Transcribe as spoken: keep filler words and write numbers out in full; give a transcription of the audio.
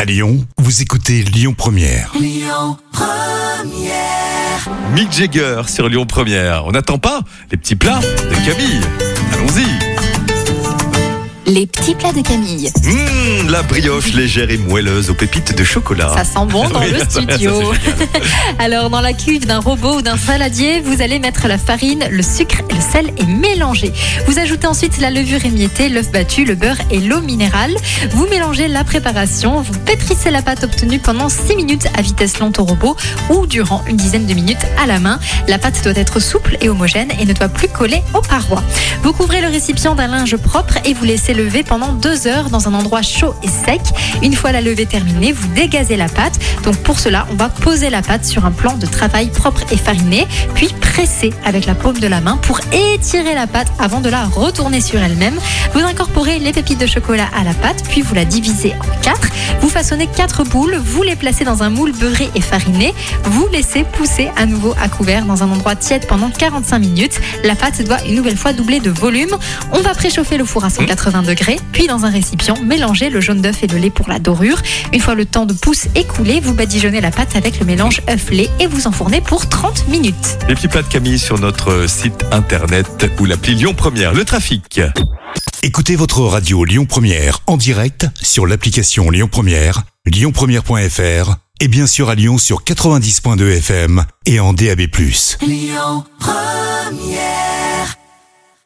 À Lyon, vous écoutez Lyon Première. Lyon Première. Mick Jagger sur Lyon Première. On n'attend pas les petits plats de Camille. Allons-y. Les petits plats de Camille. Mmh, la brioche légère et moelleuse aux pépites de chocolat. Ça sent bon dans Oui, le ça, studio. ça, c'est Alors, dans la cuve d'un robot ou d'un saladier, vous allez mettre la farine, le sucre et le sel et mélanger. Vous ajoutez ensuite la levure émiettée, l'œuf battu, le beurre et l'eau minérale. Vous mélangez la préparation. Vous pétrissez la pâte obtenue pendant six minutes à vitesse lente au robot ou durant une dizaine de minutes à la main. La pâte doit être souple et homogène et ne doit plus coller aux parois. Vous couvrez le récipient d'un linge propre et vous laissez lever pendant deux heures dans un endroit chaud et sec. Une fois la levée terminée, vous dégazez la pâte. Donc pour cela, on va poser la pâte sur un plan de travail propre et fariné, puis presser avec la paume de la main pour étirer la pâte avant de la retourner sur elle-même. Vous incorporez les pépites de chocolat à la pâte, puis vous la divisez en quatre. Vous façonnez quatre boules, vous les placez dans un moule beurré et fariné. Vous laissez pousser à nouveau à couvert dans un endroit tiède pendant quarante-cinq minutes. La pâte doit une nouvelle fois doubler de volume. On va préchauffer le four à cent quatre-vingts degrés. Puis dans un récipient, mélangez le jaune d'œuf et le lait pour la dorure. Une fois le temps de pousse écoulé, vous badigeonnez la pâte avec le mélange œuf-lait et vous enfournez pour trente minutes. Les petits plats de Camille sur notre site internet ou l'appli Lyon Première. Le trafic. Écoutez votre radio Lyon Première en direct sur l'application Lyon Première, lyon première point f r et bien sûr à Lyon sur quatre-vingt-dix point deux F M et en D A B plus. Lyon Première.